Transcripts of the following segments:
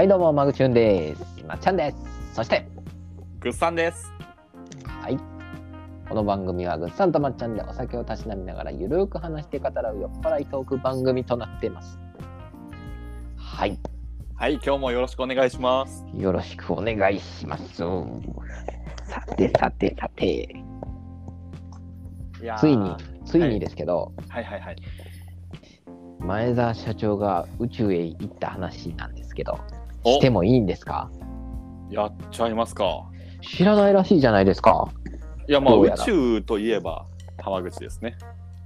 はいどうもマグチュンです。まっちゃんです。そしてグッサンです。 はい。この番組はグッサンとまっちゃんでお酒をたしなみながらゆるく話して語らう酔っ払いトーク番組となっています。はい。 はい、今日もよろしくお願いします。 よろしくお願いします。さて。 いやついにですけど、 はい。 前澤社長が宇宙へ行った話なんですけど、してもいいんですか？ やっちゃいますか。 知らないらしいじゃないですか。 いや、まあ宇どうやら宙といえば浜口ですね。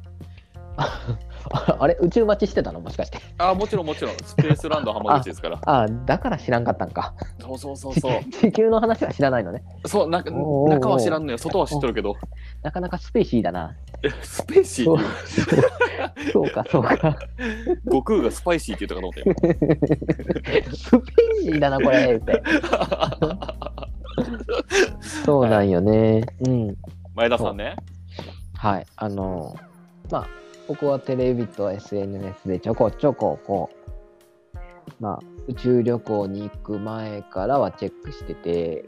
あれ宇宙待ちしてたのもしかして。 もちろんスペースランド浜口ですからだから知らんかったんか。 そう地球の話は知らないのね。 そう、中は知らんのよ。外は知っとるけど。 なかなかスペーシーだな。 スペーシーそうか悟空がスパイシーって言ったかと思ったよ。 スペーシーだなこれってそうなんよね、うん。 前田さんね。 はい、僕はテレビと SNS でちょこちょここう、宇宙旅行に行く前からはチェックしてて、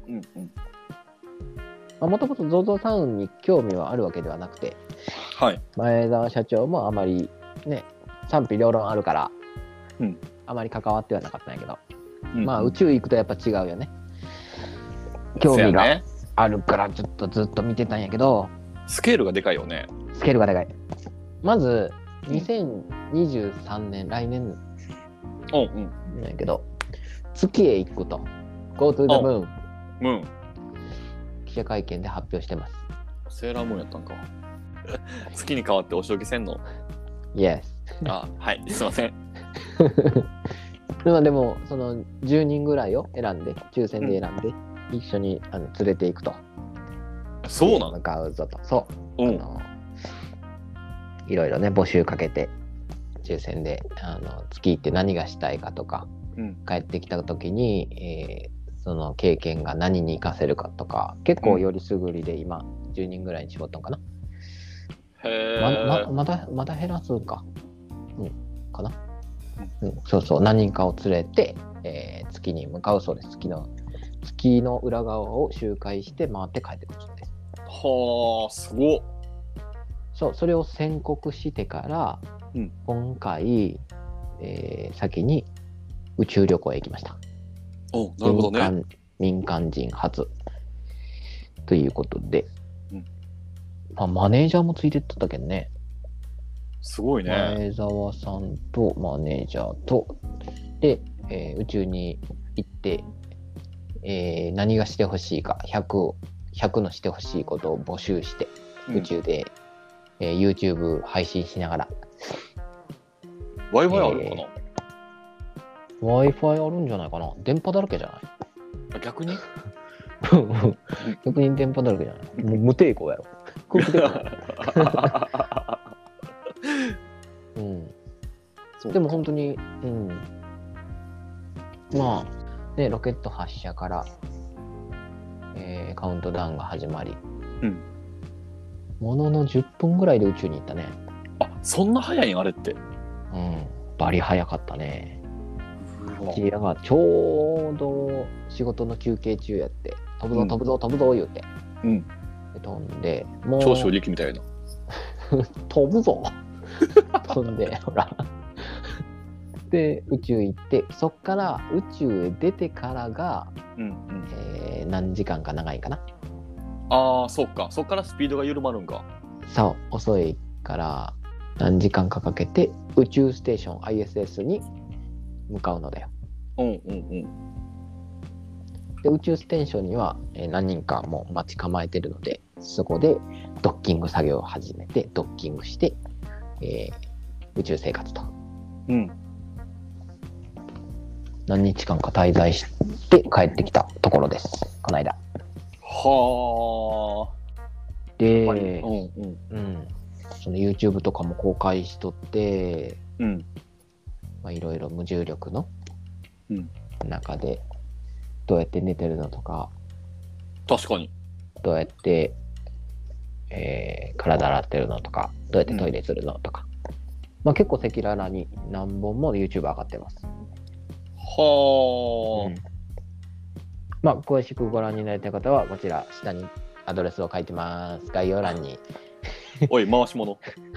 もともと ZOZO タウンに興味はあるわけではなくて、 はい、 前澤社長もあまりね賛否両論あるから、あまり関わってはなかったんやけど、宇宙行くとやっぱ違うよね。興味があるからちょっとずっと見てたんやけど、 スケールがでかいよね。 スケールがでかい。まず2023年来年なんやけど、月へ行くと Go to the moon 記者会見で発表してます。 セーラームーンやったんか。月に変わってお仕置きせんの？ Yes はい、すいません。 でもその10人ぐらいを選んで抽選で選んで、一緒に連れていくと。 そうなの？ 向かうぞと。そう、いろいろね募集かけて抽選で月行って何がしたいかとか、帰ってきた時に、その経験が何に活かせるかとか、結構よりすぐりで今10人ぐらいに絞ったのかな。まだ減らすか、かな、そう何人かを連れて、月に向かうそうです。月の裏側を周回して回って帰ってくるそうです。 はあ、すごっ。 それを宣告してから、今回、先に宇宙旅行へ行きました。 なるほどね。 民間人初ということで、マネージャーもついてってたけどね。 すごいね。 前澤さんとマネージャーとで、宇宙に行って、何がしてほしいか100のしてほしいことを募集して、宇宙で、YouTube 配信しながら。 Wi-Fi あるのかな、Wi-Fi あるんじゃないかな。電波だらけじゃない？逆に電波だらけじゃない？もう無抵抗やろ。空気抵抗。でも本当に、ロケット発射から、カウントダウンが始まり、ものの10分ぐらいで宇宙に行ったね。 そんな早いんあれって。 バリ早かったね。がちょうど仕事の休憩中やって、飛ぶぞ言うて、飛んで、もう長州力みたいな飛ぶぞ飛んでほらで宇宙行って、そっから宇宙へ出てからが、何時間か長いかな。 そっか、そっからスピードが緩まるんか。 そう、遅いから何時間かかけて宇宙ステーション ISS に向かうのだよ。で宇宙ステーションには何人かもう待ち構えてるので、そこでドッキング作業を始めて、ドッキングして、宇宙生活と、何日間か滞在して帰ってきたところです、この間。 はあ。 で、その YouTube とかも公開しとって、いろいろ無重力の中でどうやって寝てるのとか、 確かにどうやって、体洗ってるのとか、どうやってトイレするのとか、結構赤裸々に何本も YouTube 上がってます。 はうんまあ、詳しくご覧になりたい方は、こちら、下にアドレスを書いてます。概要欄に。 あ。おい、回し物。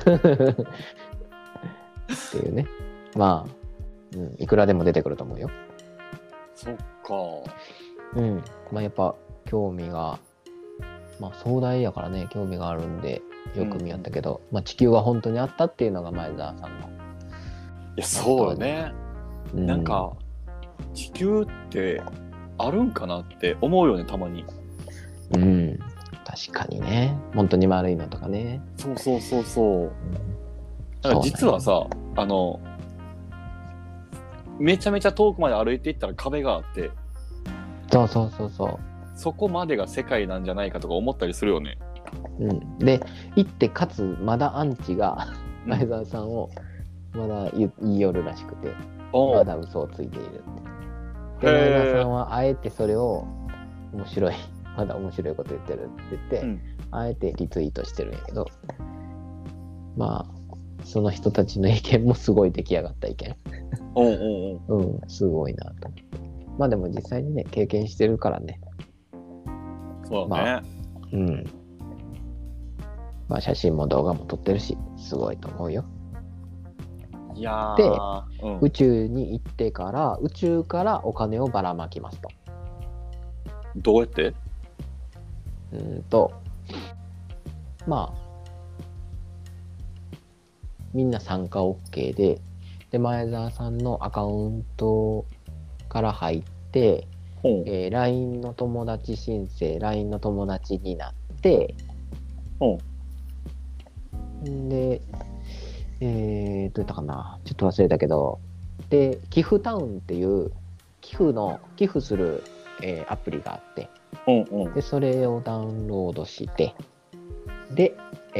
っていうね。まあ、いくらでも出てくると思うよ。 そっか。 まあ、やっぱ、興味が、まあ、壮大やからね、興味があるんで、よく見よったけど、まあ、地球が本当にあったっていうのが前澤さんの。 いや、そうよね。なんか、地球ってあるんかなって思うよね、たまに。 確かにね。本当に丸いのとかね。 そう。だから実はさ、めちゃめちゃ遠くまで歩いていったら壁があって、 そう。 そこまでが世界なんじゃないかとか思ったりするよね。 で、行ってかつ、まだアンチが前澤さんをまだ言い寄るらしくて、まだ嘘をついているって。で、前澤さんはあえてそれをまだ面白いこと言ってるって言って、あえてリツイートしてるんやけど、まあ、その人たちの意見もすごい出来上がった意見。すごいなと。まあでも実際にね、経験してるからね。 そうだね。 まあ写真も動画も撮ってるし、すごいと思うよ。 いやで、宇宙に行ってから、宇宙からお金をばらまきますと。 どうやって？ まあ、みんな参加 OK で、前澤さんのアカウントから入って、LINE の友達申請、LINE の友達になって、で、どうやったかな、ちょっと忘れたけど、で、寄付タウンっていう寄付する、アプリがあって、でそれをダウンロードして、で、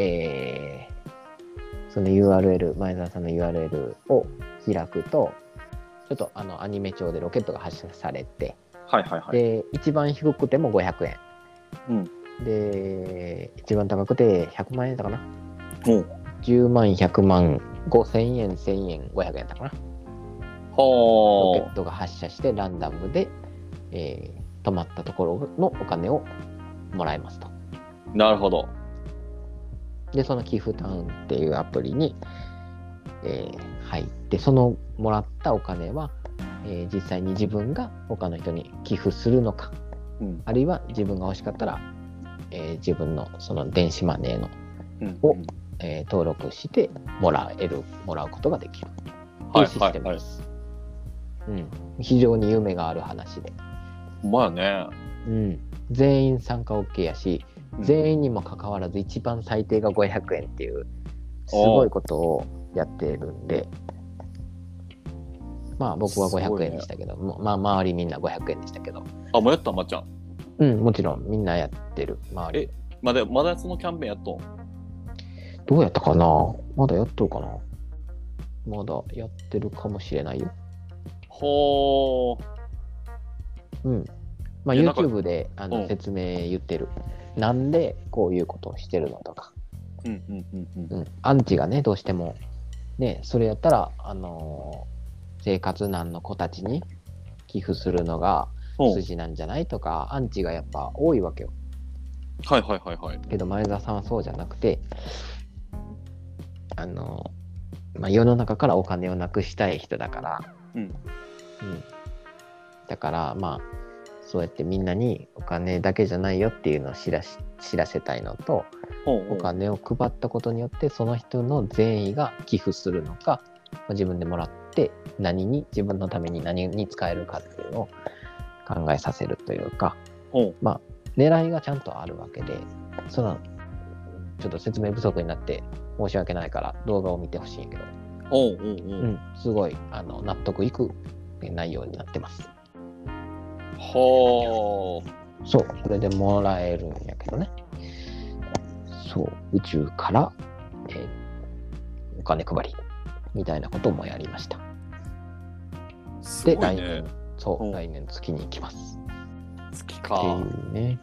その URL、前澤さんの URL を開くと、ちょっとアニメ調でロケットが発射されて、で、一番低くても500円。で、一番高くて100万円だったかな。10万、100万、5000円、1000円、500円だったかな。ロケットが発射してランダムで、止まったところのお金をもらえますと。 なるほど。 で、その寄付タウンっていうアプリに、入って、そのもらったお金は、実際に自分が他の人に寄付するのか、あるいは自分が欲しかったら、自分のその電子マネーのを、登録してもらうことができるというシステムです。非常に夢がある話で。 まあね。 全員参加 OK やし、全員にもかかわらず一番最低が500円っていうすごいことをやってるんで、まあ僕は500円でしたけど、まあ周りみんな500円でしたけど。 あ、もうやったまっちゃん。 もちろんみんなやってる周り。 まだそのキャンペーンやっとん？ どうやったかな？まだやっとるかな？まだやってるかもしれないよ。まあ YouTube で説明言ってる。なんでこういうことをしてるのとか。アンチがね、どうしてもね、それやったら生活難の子たちに寄付するのが筋なんじゃないとか、アンチがやっぱ多いわけよ。けど前澤さんはそうじゃなくて、世の中からお金をなくしたい人だから、だからまあそうやってみんなにお金だけじゃないよっていうのを知らせたいのと、お金を配ったことによってその人の善意が寄付するのか、自分でもらって自分のために何に使えるかっていうのを考えさせるというか、まあ狙いがちゃんとあるわけで、ちょっと説明不足になって申し訳ないから動画を見てほしいんやけど、すごい納得いく内容になってます。それでもらえるんやけどね。宇宙から、お金配りみたいなこともやりました。 すごいね。 で来年月に行きます。 月か。 っていうね。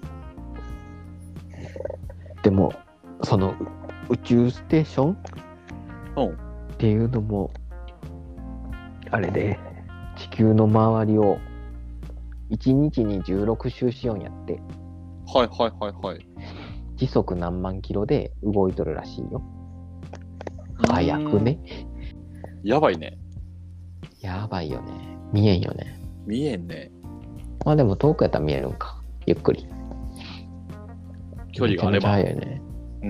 でもその宇宙ステーションっていうのもあれで、 地球の周りを1日に16周しようんやって。 はいはいはいはい。 時速何万キロで動いとるらしいよ。早くね。 やばいね。 やばいよね。見えんよね。 見えんね。 まあでも遠くやったら見えるんか。ゆっくり。 距離があれば。 めちゃめちゃ速いよね。うん。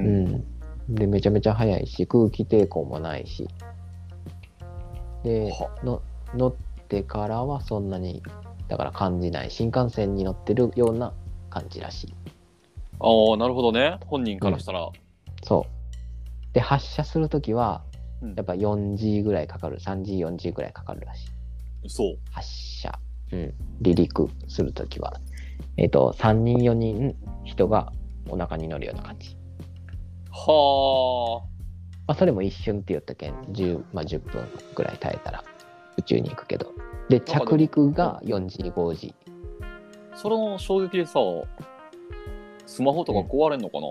で、めちゃめちゃ速いし、空気抵抗もないし。で、乗ってからはそんなに、だから感じない。新幹線に乗ってるような感じらしい。 ああ、なるほどね。本人からしたら。 そう。で、発射するときは、やっぱ 4G ぐらいかかる。3G、4G ぐらいかかるらしい。 そう。 発射。離陸するときは。3人、4人、人がお腹に乗るような感じ。 はあ。 まあ、それも一瞬って言ったけん、10分ぐらい耐えたら宇宙に行くけど。で、着陸が 4G、5G。 その衝撃でさ、スマホとか壊れんのかな？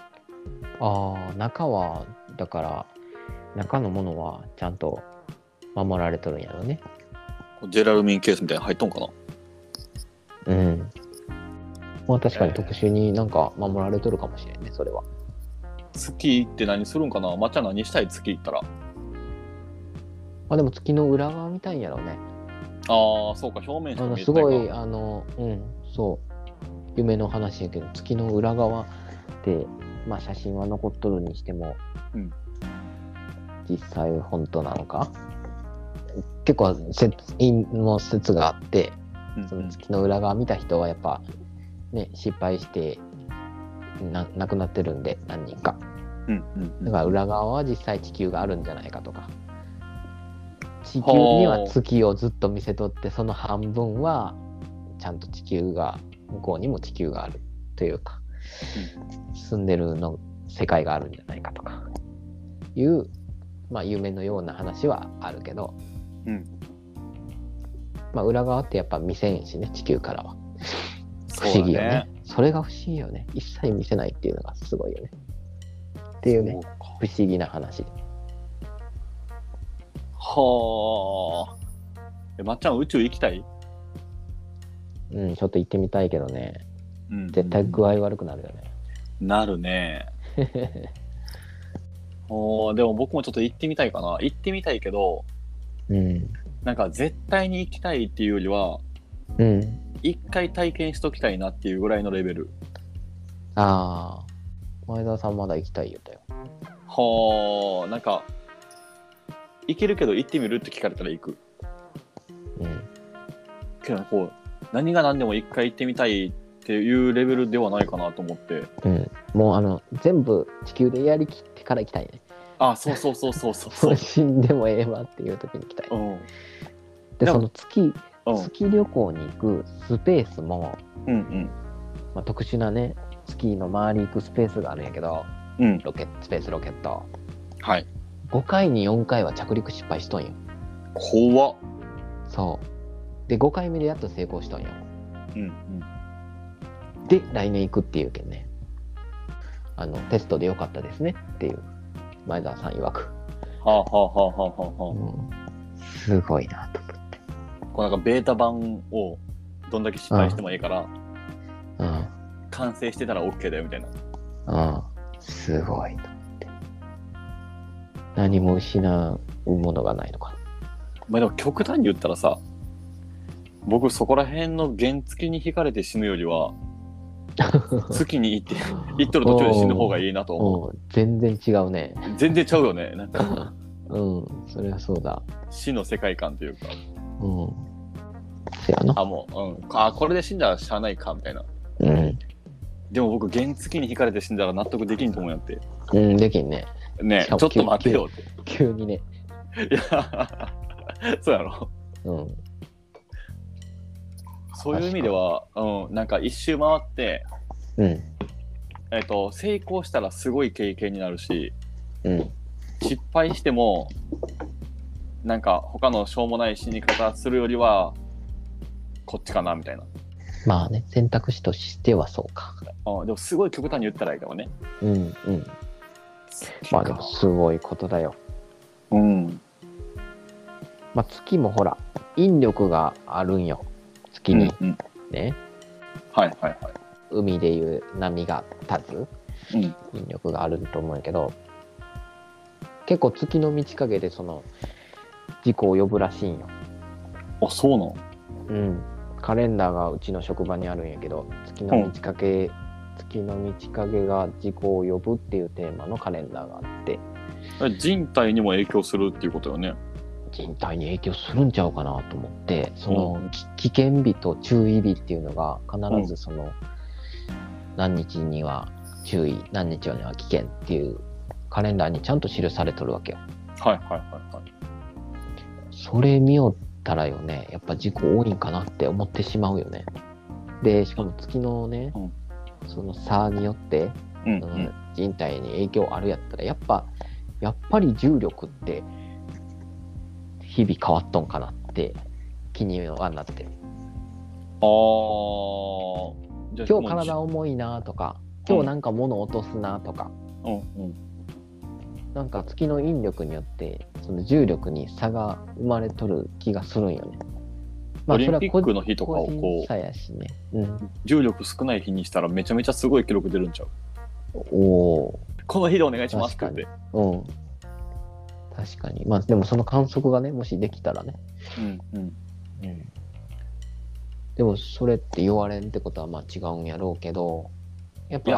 中は、だから、中のものはちゃんと守られとるんやろね。 ジェラルミンケースみたいに入っとんかな？ まあ確かに特殊になんか守られとるかもしれんね、それは。 月行って何するんかな？まっちゃん何したい？月行ったら。 でも月の裏側見たいんやろうね。 そうか、表面しか見えてないか。 すごい、そう、夢の話やけど、月の裏側で、まあ写真は残っとるにしても、実際本当なのか結構説があって、その月の裏側見た人はやっぱね、失敗して亡くなってるんで、何人か。だから裏側は実際地球があるんじゃないかとか、地球には月をずっと見せとって、その半分はちゃんと地球が、向こうにも地球があるというか、住んでるの世界があるんじゃないかとかいう、まあ夢のような話はあるけど、まあ裏側ってやっぱ見せんしね、地球からは。不思議よね。それが不思議よね。一切見せないっていうのがすごいよね。っていうね、不思議な話。 はあ。まっちゃん宇宙行きたい？ ちょっと行ってみたいけどね。絶対具合悪くなるよね。 なるね。でも僕もちょっと行ってみたいかな。行ってみたいけど、なんか絶対に行きたいっていうよりは、一回体験しときたいなっていうぐらいのレベル。 前澤さんまだ行きたいよだよ。 なんか行けるけど行ってみるって聞かれたら行く。けどこう何が何でも一回行ってみたいっていうレベルではないかなと思って。 もう全部地球でやりきってから行きたいね。 そう死んでもええわっていう時に行きたい。でその月旅行に行くスペースも、まあ、特殊なね、月の周り行くスペースがあるんやけど、スペースロケット。5回に4回は着陸失敗しとんよ。 怖っ。 そうで5回目でやっと成功しとんよ。で来年行くっていうけんね、テストでよかったですねっていう前澤さん曰く。すごいなと思って。 こうなんかベータ版をどんだけ失敗してもいいから、完成してたら OK だよみたいな。 すごいと思って。何も失うものがないのか。 でも極端に言ったらさ、僕そこら辺の原付に引かれて死ぬよりは月に行っとる途中で死ぬ方がいいなと思う。 全然違うね。 全然ちゃうよね。なんかそれはそうだ。 死の世界観というか。 せやな。 もう、これで死んだらしゃあないかみたいな。でも僕原付に引かれて死んだら納得できんと思うんやって。 できんね。 ね、ちょっと待ってよって。 急にね。 いや、そうやろ。そういう意味では、なんか一周回って、成功したらすごい経験になるし、失敗してもなんか他のしょうもない死に方するよりはこっちかなみたいな。 まあね、選択肢としてはそうか。 でもすごい極端に言ったらいいかもね。 まあでもすごいことだよ。 まあ、月もほら引力があるんよ月に、 うんうん、 ね、 はいはいはい。 海でいう波が立つうん、 引力があると思うんやけど、結構月の満ち欠けでその事故を呼ぶらしいんよ。 あ、そうなの？ うん。カレンダーがうちの職場にあるんやけど、月の満ち欠け、月の満ち欠けが事故を呼ぶっていうテーマのカレンダーがあって、 人体にも影響するっていうことよね。 人体に影響するんちゃうかなと思って、その、危険日と注意日っていうのが必ずその、何日には注意、何日には危険っていうカレンダーにちゃんと記されとるわけよ。 はいはいはいはい。 それ見よったらよね、やっぱ事故多いんかなって思ってしまうよね。で、しかも月のね、その差によって、 うんその人体に影響あるやったら、やっぱり重力って日々変わっとんかなって気にはなってる。 じゃあ今日体重いなとか、今日なんか物落とすなとか、なんか月の引力によってその重力に差が生まれとる気がするんよね。 オリンピックの日とかをこう、ね、 重力少ない日にしたらめちゃめちゃすごい記録出るんちゃう？ お、 この日でお願いしますって。 確かに。まあでもその観測がね、もしできたらね。でもそれって言われんってことはまあ違うんやろうけど、やっぱ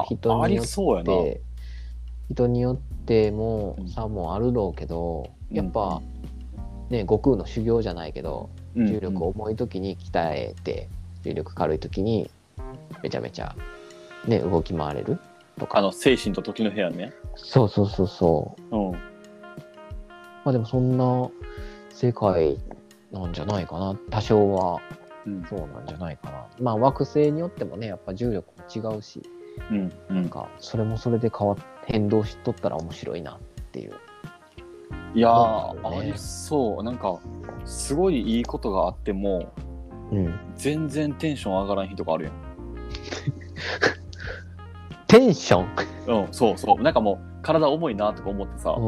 人によっても差もあるろうけど、やっぱね、悟空の修行じゃないけど、重力重い時に鍛えて、重力軽い時にめちゃめちゃね動き回れるとか。 精神と時の部屋ね。 そう。まあでもそんな世界なんじゃないかな。多少はそうなんじゃないかな。まあ惑星によってもね、やっぱ重力も違うし、なんかそれもそれで変動しとったら面白いなっていう。 いやー、ありそう。なんかすごいいいことがあっても、全然テンション上がらん日とかあるやん。 テンション？ そう。なんかもう体重いなとか思ってさ、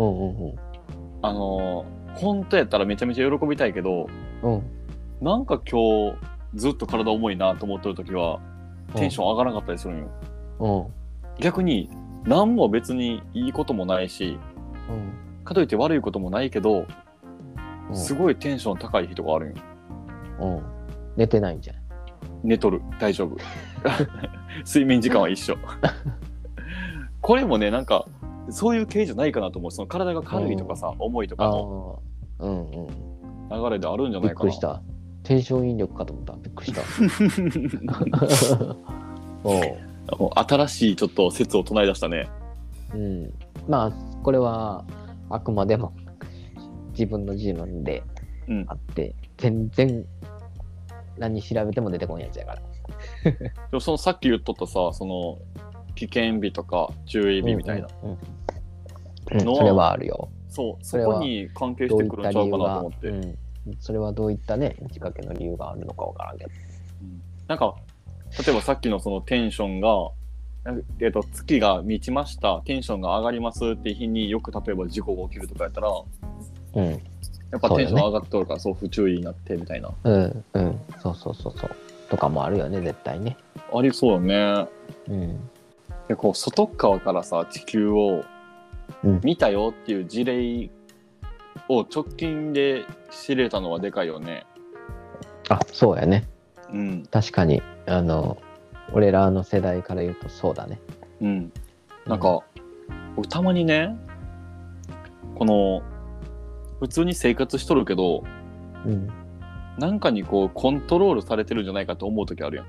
本当やったらめちゃめちゃ喜びたいけど、なんか今日ずっと体重いなと思ってる時はテンション上がらなかったりするんよ。逆に何も別にいいこともないし、かといって悪いこともないけど、すごいテンション高い日とかあるんよ。 寝てないんじゃない？ 寝とる、大丈夫。睡眠時間は一緒。これもね、なんかそういう系じゃないかなと思う。その体が軽いとかさ、重いとかの流れであるんじゃないかな。 びっくりした。テンション引力かと思った。びっくりした。 新しいちょっと説を唱え出したね。 まあこれはあくまでも自分の持論であって、全然何調べても出てこないやつやから。 でもそのさっき言っとったさ、その危険日とか注意日みたいなのは、それはあるよ。 そこに関係してくるんちゃうかなと思って。 それはどういったね、仕掛けの理由があるのかわからんけど。 なんか例えばさっきのそのテンションが、月が満ちました、テンションが上がりますっていう日によく例えば事故が起きるとかやったら、やっぱテンション上がっておるからそう不注意になってみたいな。 そうとかもあるよね、絶対ね。 ありそうよね。でこう外側からさ地球を見たよっていう事例を直近で知れたのはでかいよね。 そうやね。確かに俺らの世代から言うとそうだね。 なんか、僕たまにね、この普通に生活しとるけど、なんかにこうコントロールされてるんじゃないかと思う時あるやん。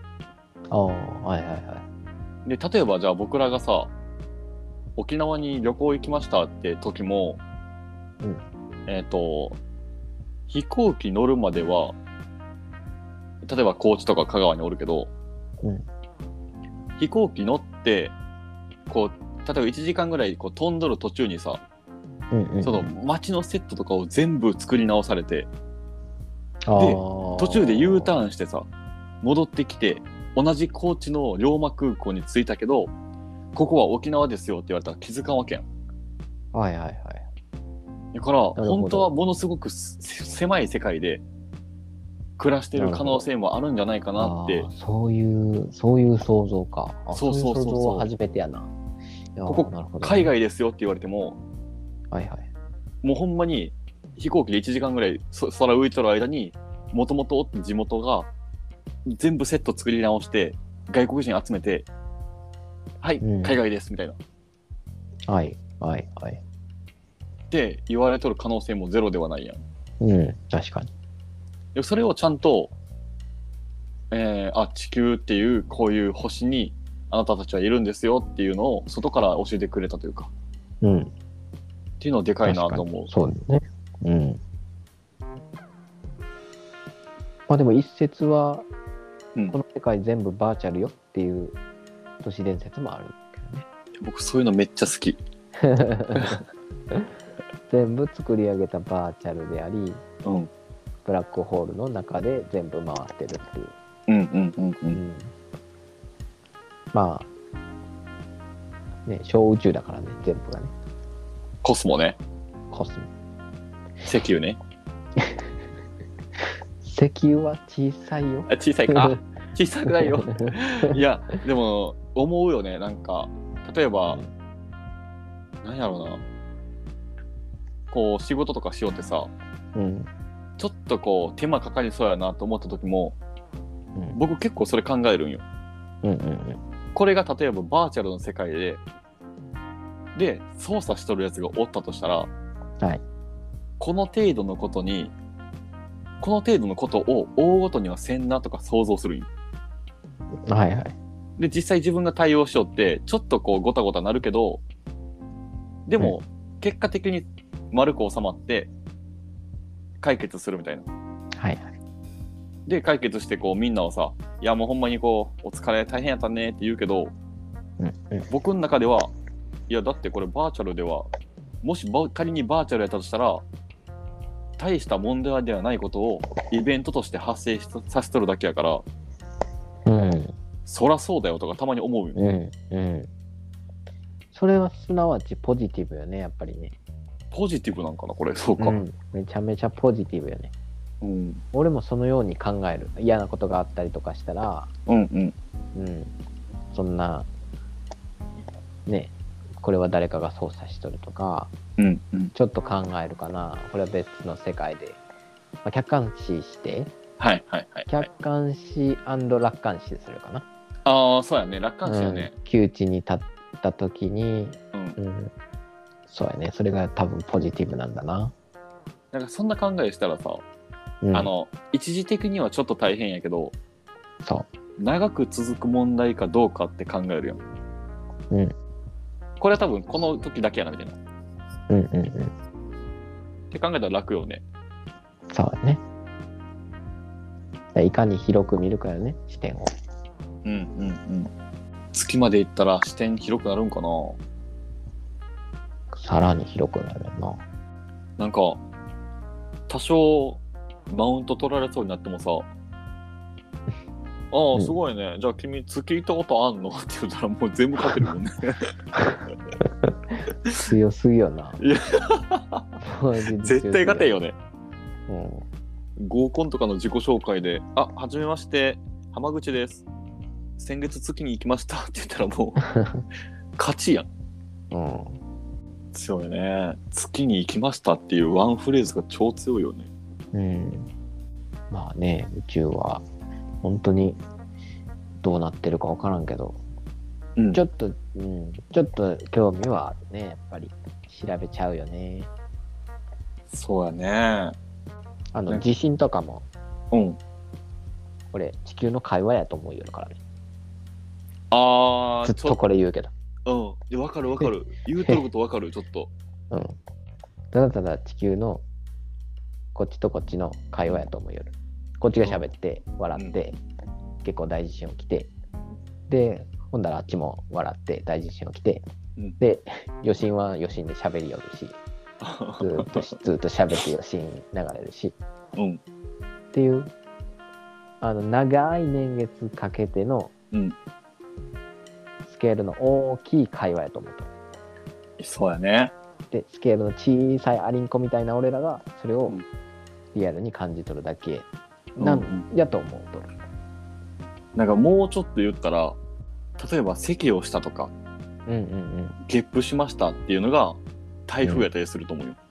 で例えばじゃあ僕らがさ沖縄に旅行行きましたって時も、飛行機乗るまでは例えば高知とか香川におるけど、飛行機乗ってこう例えば1時間ぐらいこう飛んどる途中にさ、その街のセットとかを全部作り直されて、で途中で U ターンしてさ戻ってきて同じ高知の龍馬空港に着いたけどここは沖縄ですよって言われたら気づかんわけやん。 だから本当はものすごく狭い世界で暮らしてる可能性もあるんじゃないかなって。 そういう想像か。 そういう想像は初めてやな。 ここ海外ですよって言われても、 はいはい、 もうほんまに飛行機で1時間ぐらい空浮いてる間に、もともとおった地元が全部セット作り直して外国人集めて、はい、海外ですみたいな、 はいはいはいって言われとる可能性もゼロではないやん。 確かに。 それをちゃんと、地球っていうこういう星にあなたたちはいるんですよっていうのを外から教えてくれたというか、っていうのはでかいなと思う。 そうね。まあでも一説は、この世界全部バーチャルよっていう都市伝説もあるけどね。 僕そういうのめっちゃ好き。 全部作り上げたバーチャルであり、ブラックホールの中で全部回ってるっていう。まあね、小宇宙だからね、全部がね。 コスモね。 コスモ。 石油ね。 石油は小さいよ。 小さいか。小さくないよ。いやでも思うよね。なんか例えば、なんやろうな、こう仕事とかしようってさ、ちょっとこう手間かかりそうやなと思った時も、僕結構それ考えるんよ。これが例えばバーチャルの世界で操作しとるやつがおったとしたら、この程度のことを追うごとにはせんなとか想像するんよ。で実際自分が対応しよってちょっとこうゴタゴタなるけど、でも結果的に丸く収まって解決するみたいな。で解決してこうみんなをさ、いやもうほんまにこうお疲れ大変やったねって言うけど、僕の中ではいやだってこれバーチャルでは、もし仮にバーチャルやったとしたら大した問題ではないことをイベントとして発生させとるだけやから、そらそうだよとかたまに思うよ。 それはすなわちポジティブよね、やっぱりね。 ポジティブなんかなこれ。そうか、 めちゃめちゃポジティブよね。俺もそのように考える。嫌なことがあったりとかしたら、そんなね、これは誰かが操作しとるとか、ちょっと考えるかな。これは別の世界で、客観視して、客観視&楽観視するかな。 そうやね、楽観視やね。 窮地に立った時に、そうやね、それが多分ポジティブなんだな。 なんかそんな考えしたらさ、一時的にはちょっと大変やけど、長く続く問題かどうかって考えるよ。これは多分この時だけやなみたいな。って考えたら楽よね。 そうだね。いかに広く見るかよね、視点を。 月まで行ったら視点広くなるんかな。 さらに広くなるな。 なんか多少マウント取られそうになってもさ、すごいね、じゃあ君月行ったことあんのって言ったらもう全部勝てるもんね。 強すぎよな。 いや絶対勝てんよね。合コンとかの自己紹介で、はじめまして、浜口です。先月月に行きましたって言ったらもう勝ちやん。強いね。月に行きましたっていうワンフレーズが超強いよね。 まあね、宇宙は本当にどうなってるか分からんけど、ちょっと興味はあるね。やっぱり調べちゃうよね。 そうやね。 地震とかも、俺地球の会話やと思うよからね。ずっとこれ言うけど。 わかるわかる。言うとることわかる、ちょっと。 ただただ地球のこっちとこっちの会話やと思うよ。こっちが喋って笑って、結構大地震起きて、でほんだらあっちも笑って大地震起きて、で余震は余震で喋りよるし、ずっと喋って余震流れるし、っていう長い年月かけての、スケールの大きい会話やと思うと。 そうやね。 スケールの小さいアリンコみたいな俺らがそれをうんリアルに感じ取るだけうんやと思うとる。 なんかもうちょっと言ったら、例えば咳をしたとか、 うんうんうん。 ゲップしましたっていうのが台風やったりすると思うよ。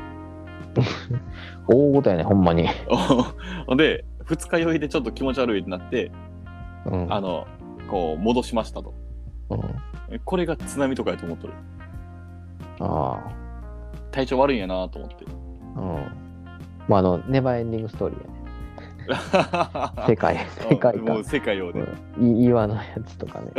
大事やね、ほんまに。 で、二日酔いでちょっと気持ち悪いってなって、 うん。 こう戻しましたと。 うん、 これが津波とかやと思っとる。 あ体調悪いんやなと思って。 あ。うん。まあネバーエンディングストーリーやね。世界観。 もう世界をね。 岩のやつとかね。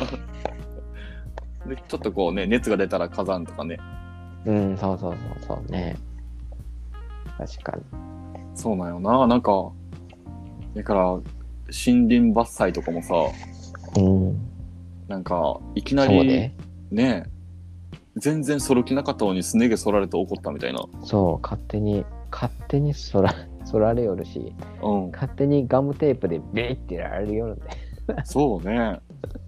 でちょっとこうね、熱が出たら火山とかね。 うん、そうね。確かに。 そうなんよな。なんか、だから、森林伐採とかもさ、 うん。 なんか、いきなそうり、 ね。 ね、全然剃る気なかったのにすね毛剃られて怒ったみたいな。 そう、勝手に剃られよるし、 うん。 勝手にガムテープでビリってやられるよるんで。 そうね。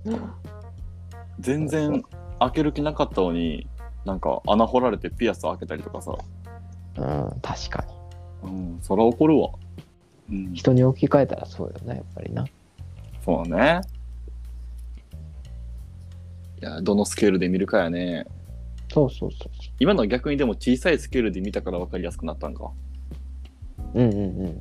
全然開ける気なかったのに、なんか穴掘られてピアス開けたりとかさ。 うん、確かに。 うん、そら怒るわ。うん、 人に置き換えたらそうよね、やっぱりな。 そうだね。いや、どのスケールで見るかやね。 そう。 今のは逆にでも小さいスケールで見たから分かりやすくなったんか。 うん。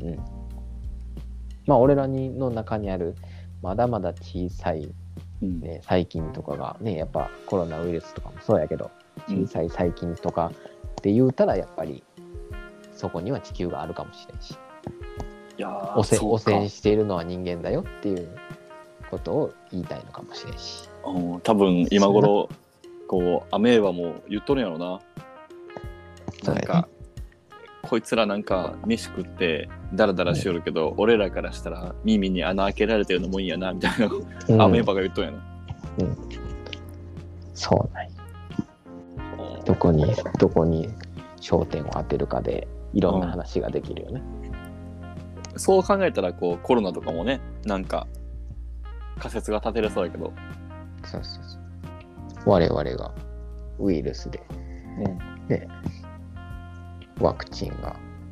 まあ、俺らの中にある、まだまだ小さい、ね、細菌とかがね、やっぱコロナウイルスとかもそうやけど、小さい細菌とかって言うたら、やっぱり、そこには地球があるかもしれんし。 いや汚染しているのは人間だよっていうことを言いたいのかもしれんし。 多分今頃こうアメーバも言っとるんやろな。なんか、こいつらなんか飯食ってダラダラしよるけど、俺らからしたら耳に穴開けられてるのもいいやなみたいな、アメーバが言っとんやな。 そうなんや。どこに焦点を当てるかでいろんな話ができるよね。 そう考えたらこうコロナとかもね、なんか仮説が立てれそうやけど。 そう。我々がウイルスで、でワクチンが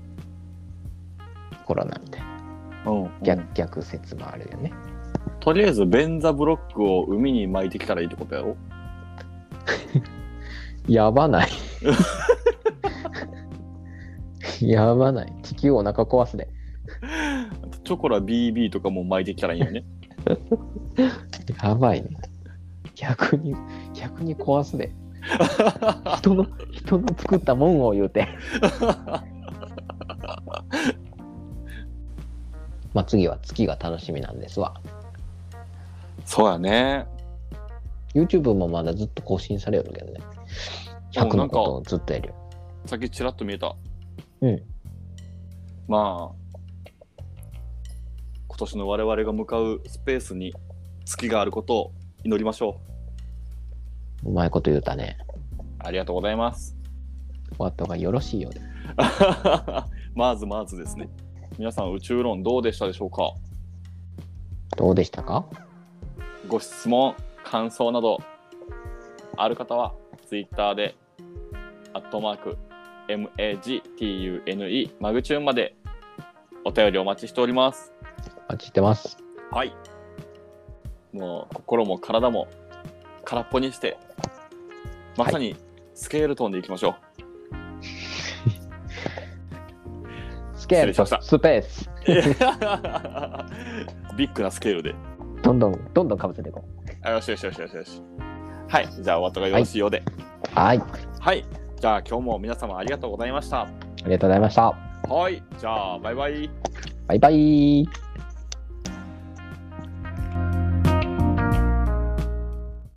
コロナみたいな、逆説もあるよね。 とりあえずベンザブロックを海に巻いてきたらいいってことやろ。 やばないやばない。地球お腹壊すで。 チョコラ BB とかも巻いてきたらいいよね。 やばいね。逆に壊すで。人の作ったもんを言うて。まあ次は月が楽しみなんですわ。 そうやね。 YouTube もまだずっと更新されるけどね。100のことをずっとやるよ。 さっきちらっと見えた。まあ今年の我々が向かうスペースに月があることを祈りましょう。うまいこと言うたね。 ありがとうございます。 お後がよろしいようで。 まずですね。皆さん宇宙論どうでしたでしょうか。 どうでしたか。 ご質問感想などある方は Twitter で@MAGTUNE マグチューンまでお便りお待ちしております。 お待ちしてます。 はい。もう心も体も空っぽにしてまさにスケールトンでいきましょう。 スケールとスペース。 ビッグなスケールで。 どんどんかぶせていこう。よし。はい。じゃあお後がよろしいようで。 はい。 じゃあ今日も皆様ありがとうございました。 ありがとうございました。 はい。じゃあバイバイ。 バイバイ。